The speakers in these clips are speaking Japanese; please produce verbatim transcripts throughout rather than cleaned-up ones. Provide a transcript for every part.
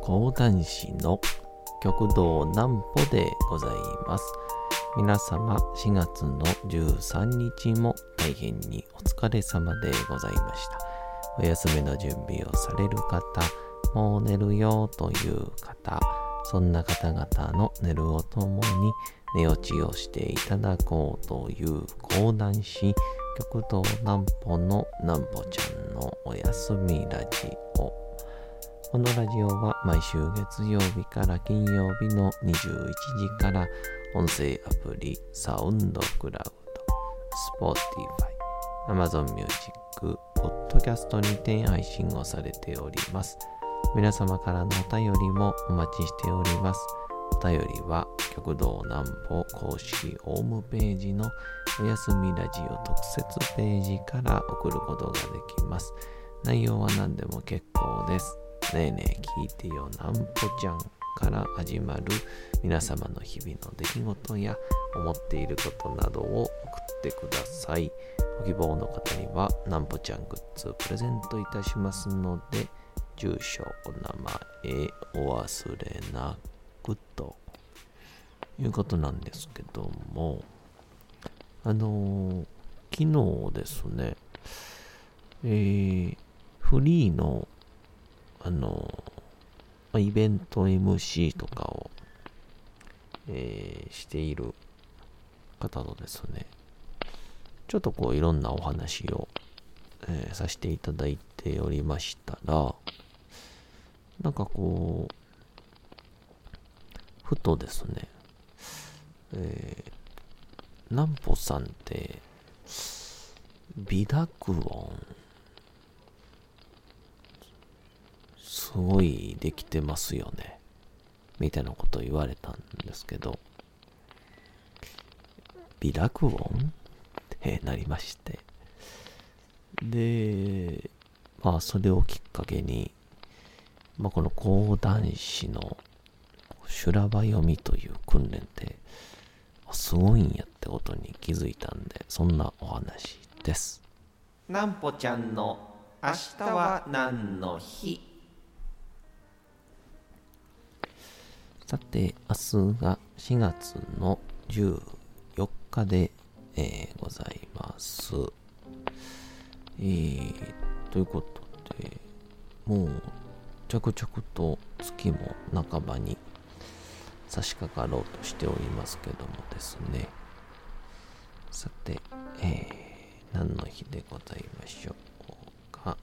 講談師の極道南歩でございます。皆様しがつのじゅうさんにちも大変にお疲れ様でございました。お休みの準備をされる方、もう寝るよという方、そんな方々の寝るをともに寝落ちをしていただこうという講談師極道南歩の南歩ちゃんのおやすみラジオ。このラジオは毎週月曜日から金曜日のにじゅういちじから音声アプリサウンドクラウド、Spotify、Amazon Music、Podcast にて配信をされております。皆様からのお便りもお待ちしております。お便りは極道南歩公式ホームページのおやすみラジオ特設ページから送ることができます。内容は何でも結構です。ねえねえ聞いてよ南歩ちゃんから始まる皆様の日々の出来事や思っていることなどを送ってください。ご希望の方には南歩ちゃんグッズプレゼントいたしますので、住所、お名前お忘れなくということなんですけども、あのー、昨日ですね、えー、フリーのあのー、イベント エムシー とかを、えー、している方とですね、ちょっとこういろんなお話を、えー、させていただいておりましたら、なんかこうふとですね、えー、南歩さんって微濁音すごいできてますよねみたいなことを言われたんですけど、微濁音ってなりまして、でまあそれをきっかけに、まあ、この講談師の修羅場読みという訓練ってすごいんやってことに気づいたんで、そんなお話です。 南歩ちゃんの明日は何の日。 さて、明日がしがつのじゅうよっかで、えー、ございます。えー、ということで、もう着々と月も半ばに差し掛かろうとしておりますけどもですね。さて、えー、何の日でございましょうか。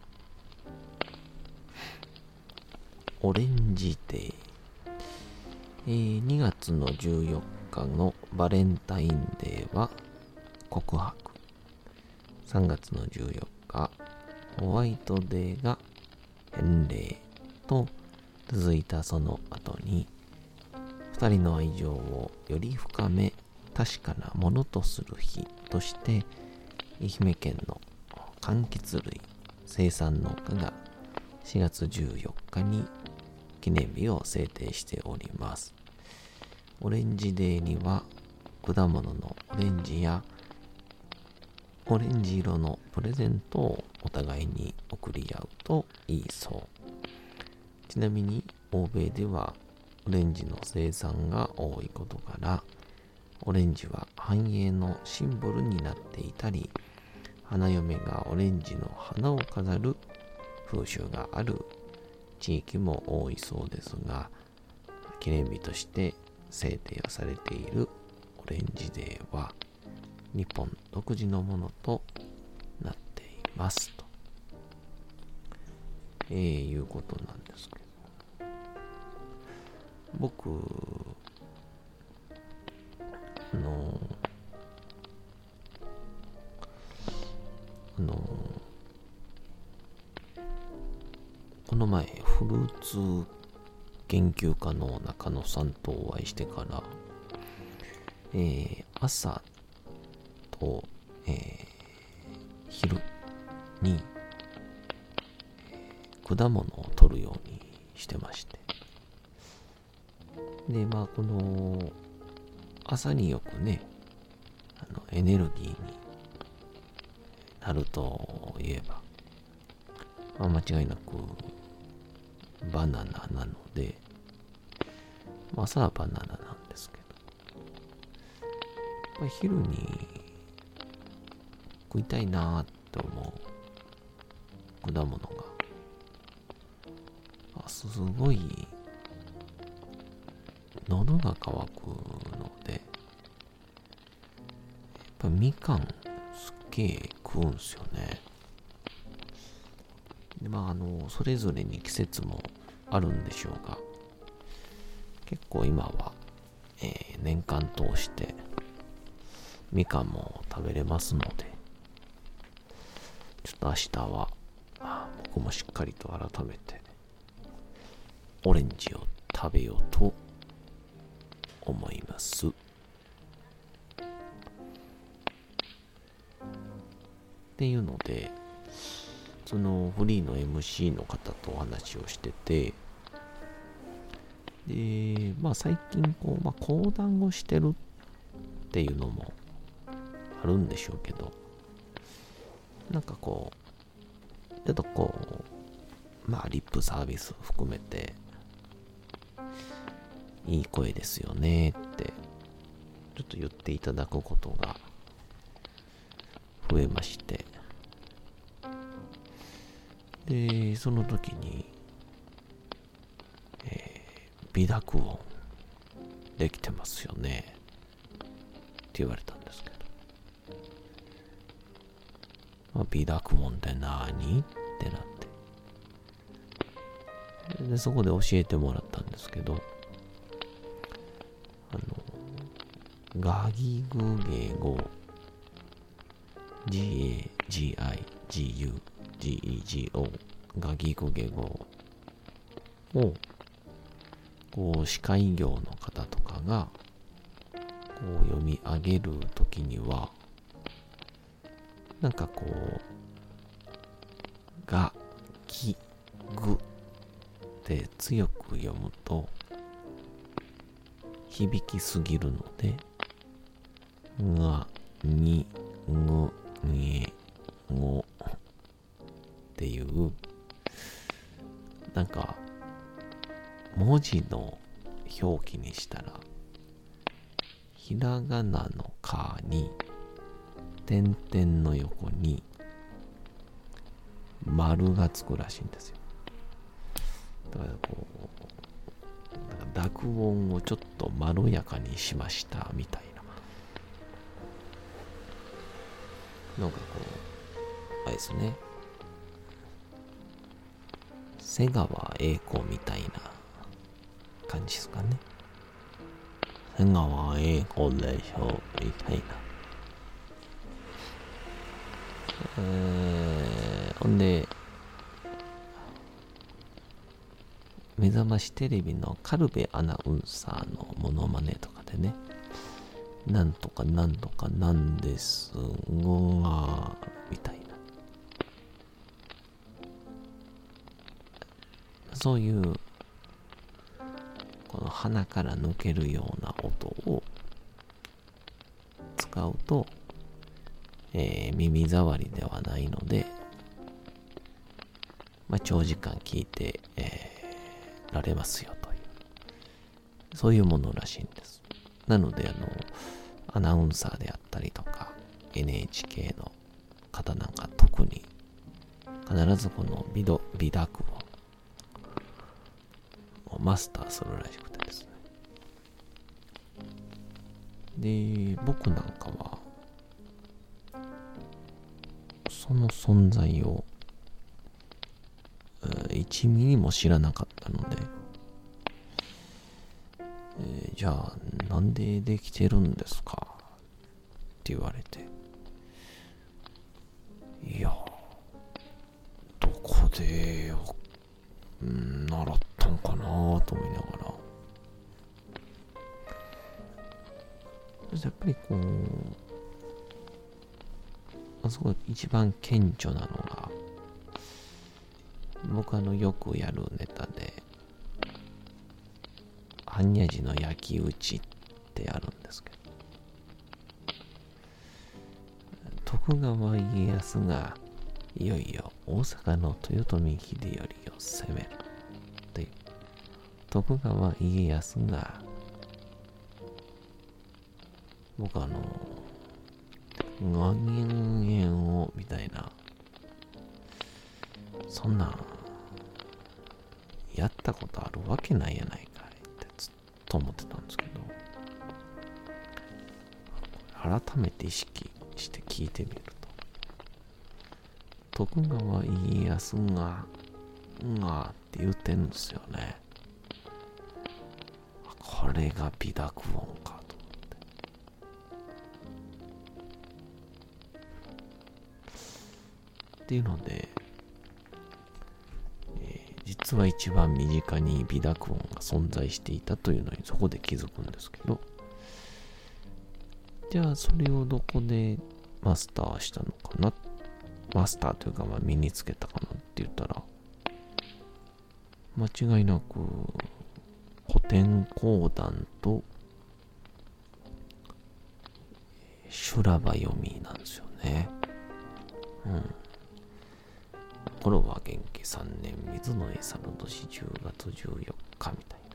オレンジデー。えー、にがつのじゅうよっかのバレンタインデーは告白。さんがつのじゅうよっかホワイトデーが返礼と続いたその後に、二人の愛情をより深め確かなものとする日として、愛媛県の柑橘類生産農家がしがつじゅうよっかに記念日を制定しております。オレンジデーには果物のオレンジやオレンジ色のプレゼントをお互いに贈り合うといいそう。ちなみに欧米ではオレンジの生産が多いことから、オレンジは繁栄のシンボルになっていたり、花嫁がオレンジの花を飾る風習がある地域も多いそうですが、記念日として制定をされているオレンジデーは日本独自のものとなっていますと、えー、いうことなんですけど、僕あのあのこの前フルーツ研究家の中野さんとお会いしてから、えー、朝と、えー、昼に、えー、果物を取るようにしてまして、でまあこの朝によくね、あのエネルギーになるといえば、まあ、間違いなくバナナなので、まあ朝はバナナなんですけど、やっぱり昼に食いたいなと思う果物が、あすごい喉が渇くので、やっぱみかんすっげえ食うんすよね。でまああのそれぞれに季節もあるんでしょうが、結構今は、えー、年間通してみかんも食べれますので、ちょっと明日は僕もしっかりと改めてオレンジを食べようと思います。っていうので、そのフリーの エムシー の方とお話をしてて、でまあ最近こう、まあ、講談をしてるっていうのもあるんでしょうけど、なんかこうちょっとこうまあリップサービス含めていい声ですよねってちょっと言っていただくことが増えまして、でその時に、えー、美濁音できてますよねって言われたんですけど、まあ、美濁音って何ってなって、でそこで教えてもらったんですけど、あのガギグゲ語 ジーエージーアイジーユージーイージーオー ガギグゲ語をこう司会業の方とかがこう読み上げるときには、なんかこうガギグって強く読むと響きすぎるので、がにぐにごっていうなんか文字の表記にしたら、ひらがなのかに点々の横に丸がつくらしいんですよ。だからこうなんか濁音をちょっとまろやかにしましたみたいな、なんかこうあれですね、瀬川栄子みたいな感じですかね。瀬川栄子でしょみたいな。えー、ほんで目覚ましテレビのカルベアナウンサーのモノマネとかでね、なんとかなんとかなんですがみたいな、そういうこの鼻から抜けるような音を使うと、えー、耳障りではないので、まあ、長時間聞いて、えー、られますよという、そういうものらしいんです。なのであのアナウンサーであったりとか エヌエイチケー の方なんか特に必ずこの美度美濁をマスターするらしくてですね。で、僕なんかはその存在をいちミリも知らなかったので、えー、じゃあなんでできてるんですかって言われて、いやどこで、うん、習ったんかなと思いながら、やっぱりこうあそこ一番顕著なのが、僕あのよくやるネタで般若寺の焼き打ちってあるんですけど、徳川家康がいよいよ大阪の豊臣秀頼を攻めるという徳川家康が僕あの何円をみたいなそんなんやったことあるわけないやないかいってずっと思ってたんですけど、改めて意識して聞いてみると、徳川家康ががって言ってるんですよね。これが美濁音かと思ってっていうので、えー、実は一番身近に美濁音が存在していたというのにそこで気づくんですけど、じゃあそれをどこでマスターしたのかな、マスターというかまあ身につけたかなって言ったら、間違いなく古典講談と修羅場読みなんですよね。うん。頃は元気さんねん水の絵猿年じゅうがつじゅうよっかみたいな。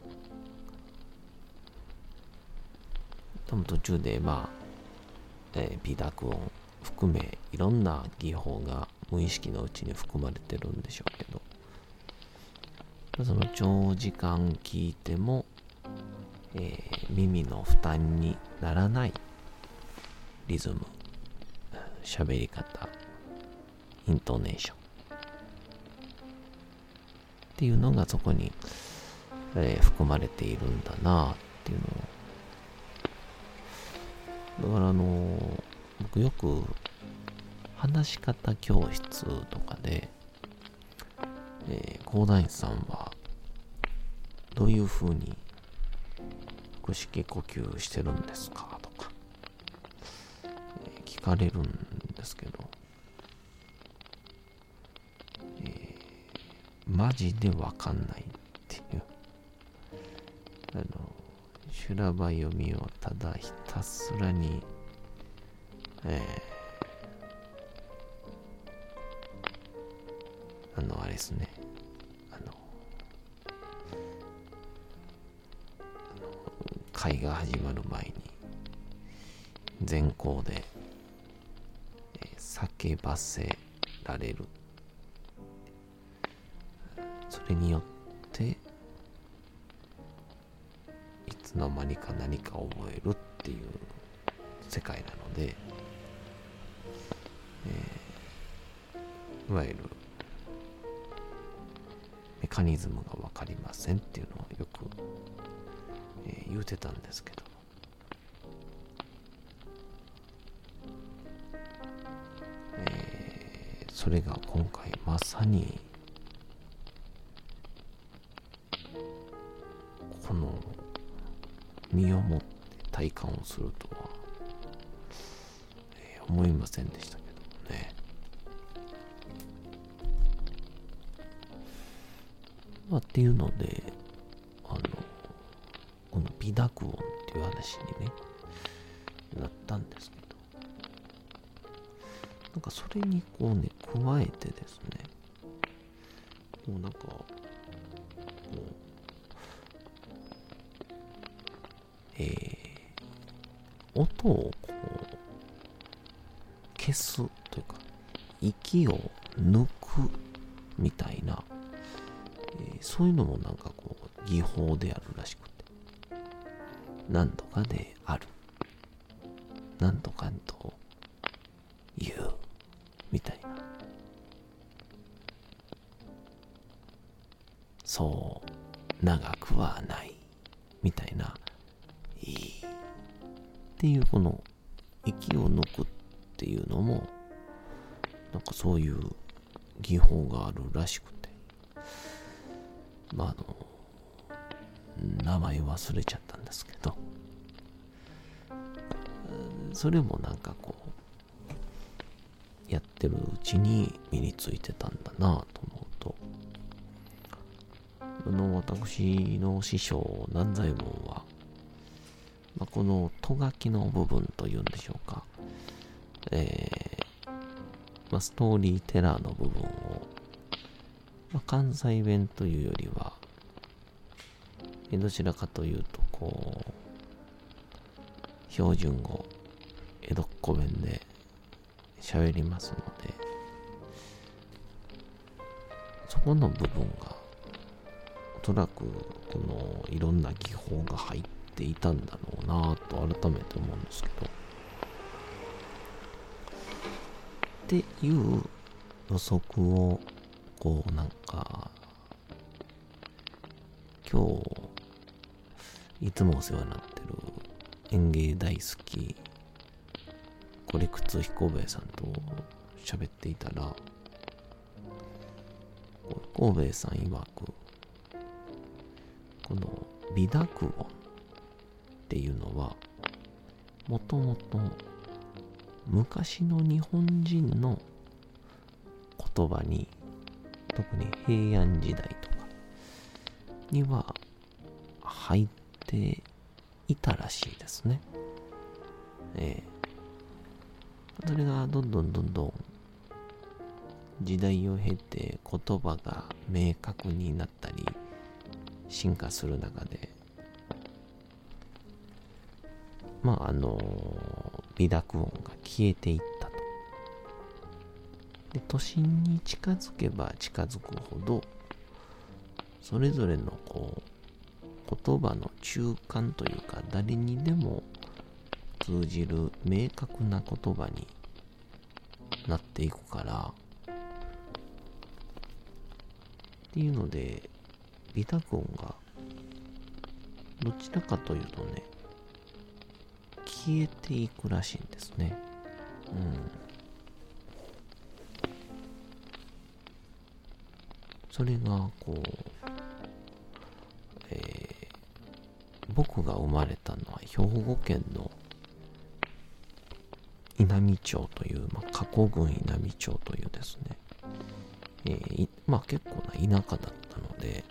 多分途中でまあ、えー、美濁音含めいろんな技法が無意識のうちに含まれてるんでしょうけど、その長時間聞いても、えー、耳の負担にならないリズム、喋り方、イントネーションっていうのがそこに、えー、含まれているんだなっていうのを、だからあのー、僕よく話し方教室とかで、えー、講談師さんはどういう風に腹式呼吸してるんですかとか、えー、聞かれるんですけど、えー、マジでわかんないっていうあの修羅場読みをただひたすらに、えー、あのあれですね、会が始まる前に前校で、えー、叫ばせられる、それによっていつの間にか何か覚えるっていう世界なので、えー、いわゆるメカニズムが分かりませんっていうのをよくえー、言うてたんですけど、えー、それが今回まさにこの身をもって体感をするとは、えー、思いませんでしたけどね。まあっていうので、あのこの美濁音っていう話にねなったんですけど、なんかそれにこうね加えてですね、もうなんかこうえー、音をこう消すというか息を抜くみたいな、えー、そういうのもなんかこう技法であるらしくて、なんとかである、なんとかと言うみたいな、そう長くはないみたいな、いいっていうこの息を抜くっていうのもなんかそういう技法があるらしくて、まああの名前忘れちゃったんですけど、それもなんかこうやってるうちに身についてたんだなと思うと、あの私の師匠南左衛門は、まあ、このとがきの部分というんでしょうか、えーまあ、ストーリーテラーの部分を、まあ、関西弁というよりはどちらかというとこう標準語江戸っ子弁で喋りますので、そこの部分がおそらくこのいろんな技法が入っていたんだろうなと改めて思うんですけど、っていう予測をこうなんか今日いつもお世話になってる園芸大好きコリクツ彦兵衛さんと喋っていたら、彦兵衛さん曰くこの美濁音っていうのはもともと昔の日本人の言葉に、特に平安時代とかには入っていたらしいですね。ええ、それがどんどんどんどん時代を経て言葉が明確になったり進化する中で、まああの美濁音が消えていったと。で、都心に近づけば近づくほどそれぞれのこう言葉の中間というか、誰にでも通じる明確な言葉になっていくからっていうので、美濁音がどちらかというとね、消えていくらしいんですね。うん。それがこう、えー、僕が生まれたのは兵庫県の稲美町という、まあ、加古郡稲美町というですね、えー、まあ結構な田舎だったので、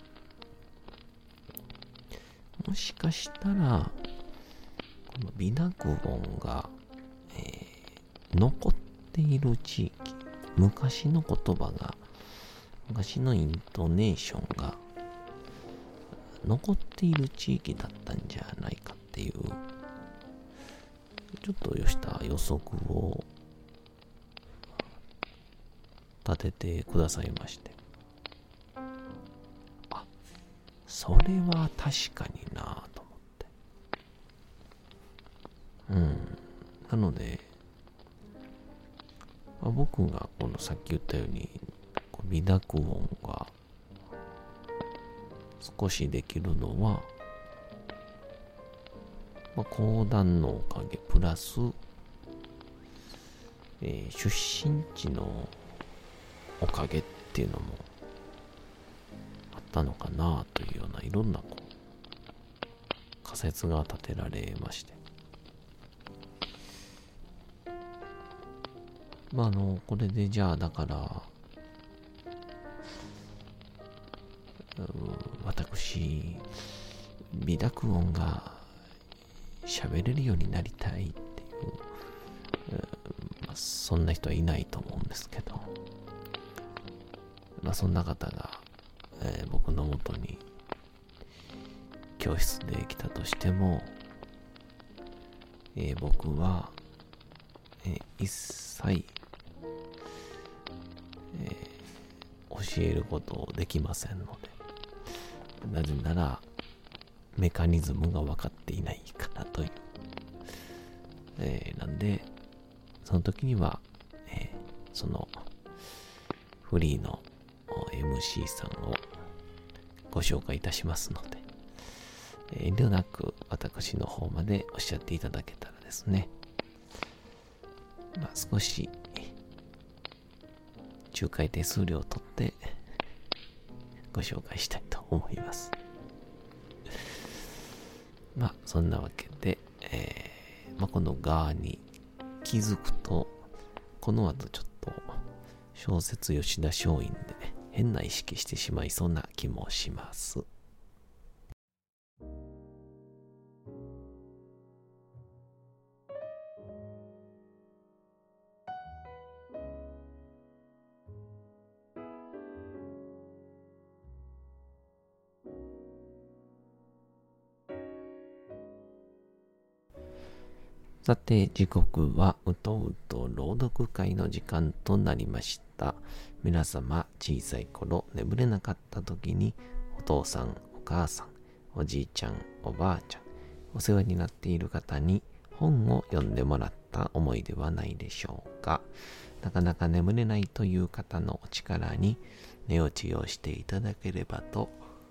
もしかしたらこの美濁音が、えー、残っている地域、昔の言葉が、昔のイントネーションが残っている地域だったんじゃないかっていう、ちょっとよした予測を立ててくださいまして、あ、それは確かになぁと思って、うん。なので、まあ、僕がこのさっき言ったように美濁音が少しできるのは、まあ、講談のおかげプラス、えー、出身地のおかげっていうのもあったのかなというようないろんなこう仮説が立てられまして、まああのこれでじゃあだから私美濁音が喋れるようになりたいっていう、まあ、そんな人はいないと思うんですけど、まあそんな方が、えー、僕のもとに教室で来たとしても、えー、僕は、えー、一切、えー、教えることできませんので、なぜならメカニズムが分かっていないからという、えー、なんでその時には、えー、そのフリーの エムシー さんをご紹介いたしますので、えー、遠慮なく私の方までおっしゃっていただけたらですね、まあ、少し仲介手数料を取ってご紹介したいと思います。まあそんなわけで、えーまあ、この側に気づくと、この後ちょっと小説吉田松陰で変な意識してしまいそうな気もします。 さて、時刻はうとうと朗読会の時間となりました。皆様、小さい頃眠れなかった時に、お父さん、お母さん、おじいちゃん、おばあちゃん、お世話になっている方に本を読んでもらった思いではないでしょうか。なかなか眠れないという方のお力に寝落ちをしていただければと、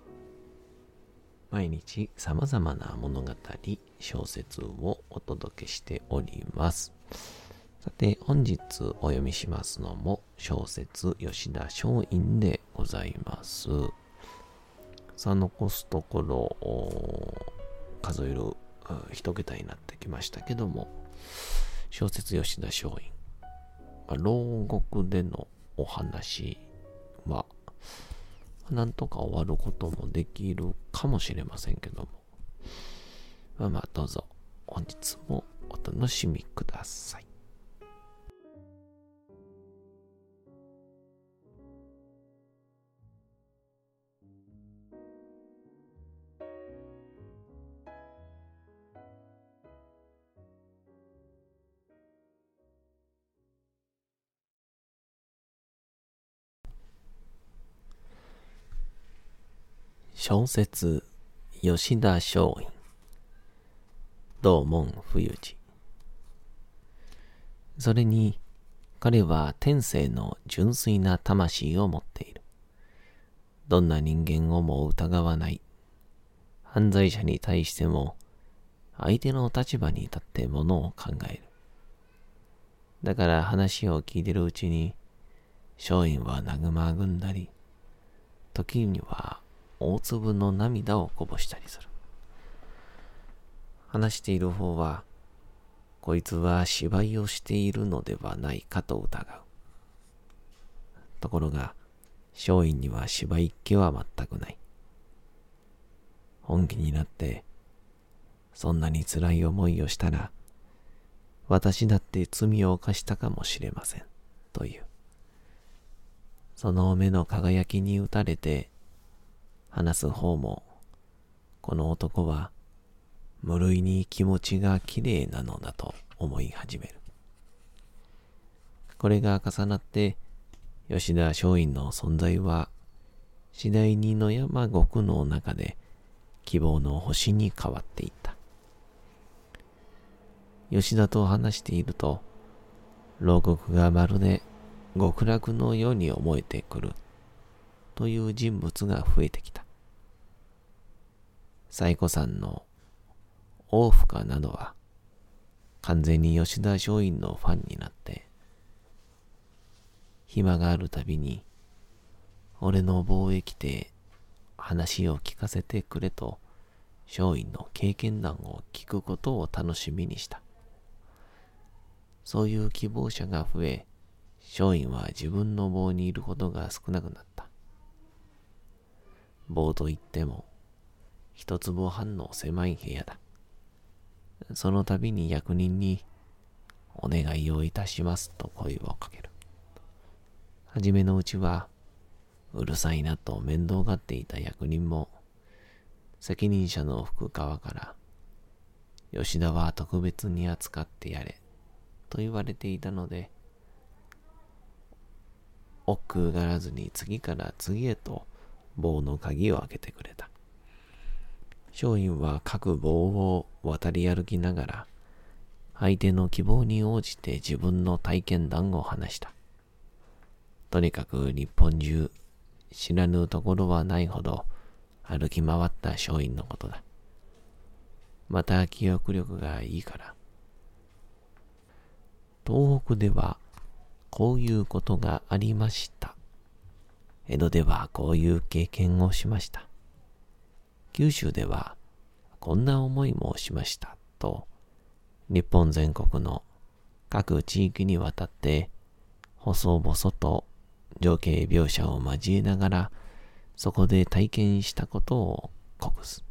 毎日様々な物語、小説をお届けしております。さて、本日お読みしますのも小説吉田松陰でございます。さあ、残すところ数える一桁になってきましたけども、小説吉田松陰、牢獄でのお話はなんとか終わることもできるかもしれませんけども、まあまあどうぞ本日もお楽しみください。小説吉田松陰、道門冬治。それに彼は天性の純粋な魂を持っている。どんな人間をも疑わない。犯罪者に対しても相手の立場に立ってものを考える。だから話を聞いてるうちに松陰は和まぐんだり、時には大粒の涙をこぼしたりする。話している方は、こいつは芝居をしているのではないかと疑う。ところが、松陰には芝居っ気は全くない。本気になって、そんなに辛い思いをしたら、私だって罪を犯したかもしれません、という。その目の輝きに打たれて、話す方も、この男は無類に気持ちがきれいなのだと思い始める。これが重なって、吉田松陰の存在は次第に野山獄の中で希望の星に変わっていった。吉田と話していると、牢獄がまるで極楽のように思えてくるという人物が増えてきた。西湖山の大深などは完全に吉田松陰のファンになって、暇があるたびに俺の棒へ来て話を聞かせてくれと松陰の経験談を聞くことを楽しみにした。そういう希望者が増え、松陰は自分の棒にいることが少なくなった。棒といっても一坪半の狭い部屋だ。その度に役人にお願いをいたしますと声をかける。はじめのうちはうるさいなと面倒がっていた役人も、責任者の福川から吉田は特別に扱ってやれと言われていたので、億劫がらずに次から次へと棒の鍵を開けてくれた。松陰は各棒を渡り歩きながら、相手の希望に応じて自分の体験談を話した。とにかく日本中、知らぬところはないほど歩き回った松陰のことだ。また記憶力がいいから。東北ではこういうことがありました。江戸ではこういう経験をしました。九州ではこんな思いもしましたと、日本全国の各地域にわたって細々と情景描写を交えながら、そこで体験したことを告す。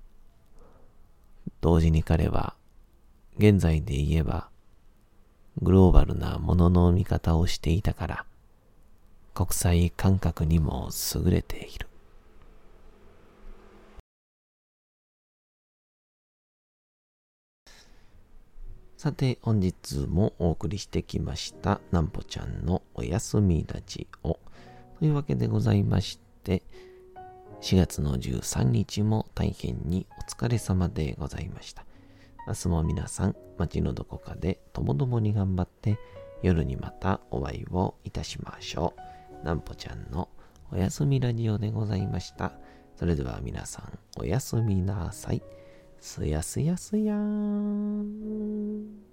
同時に彼は現在で言えばグローバルなものの見方をしていたから、国際感覚にも優れている。 さて、本日もお送りしてきました、なんぽちゃんのおやすみラジオ。というわけでございまして、しがつのじゅうさんにちも大変にお疲れ様でございました。明日も皆さん、街のどこかでともどもに頑張って、夜にまたお会いをいたしましょう。なんぽちゃんのおやすみラジオでございました。それでは皆さん、おやすみなさい。すやすやすやーん。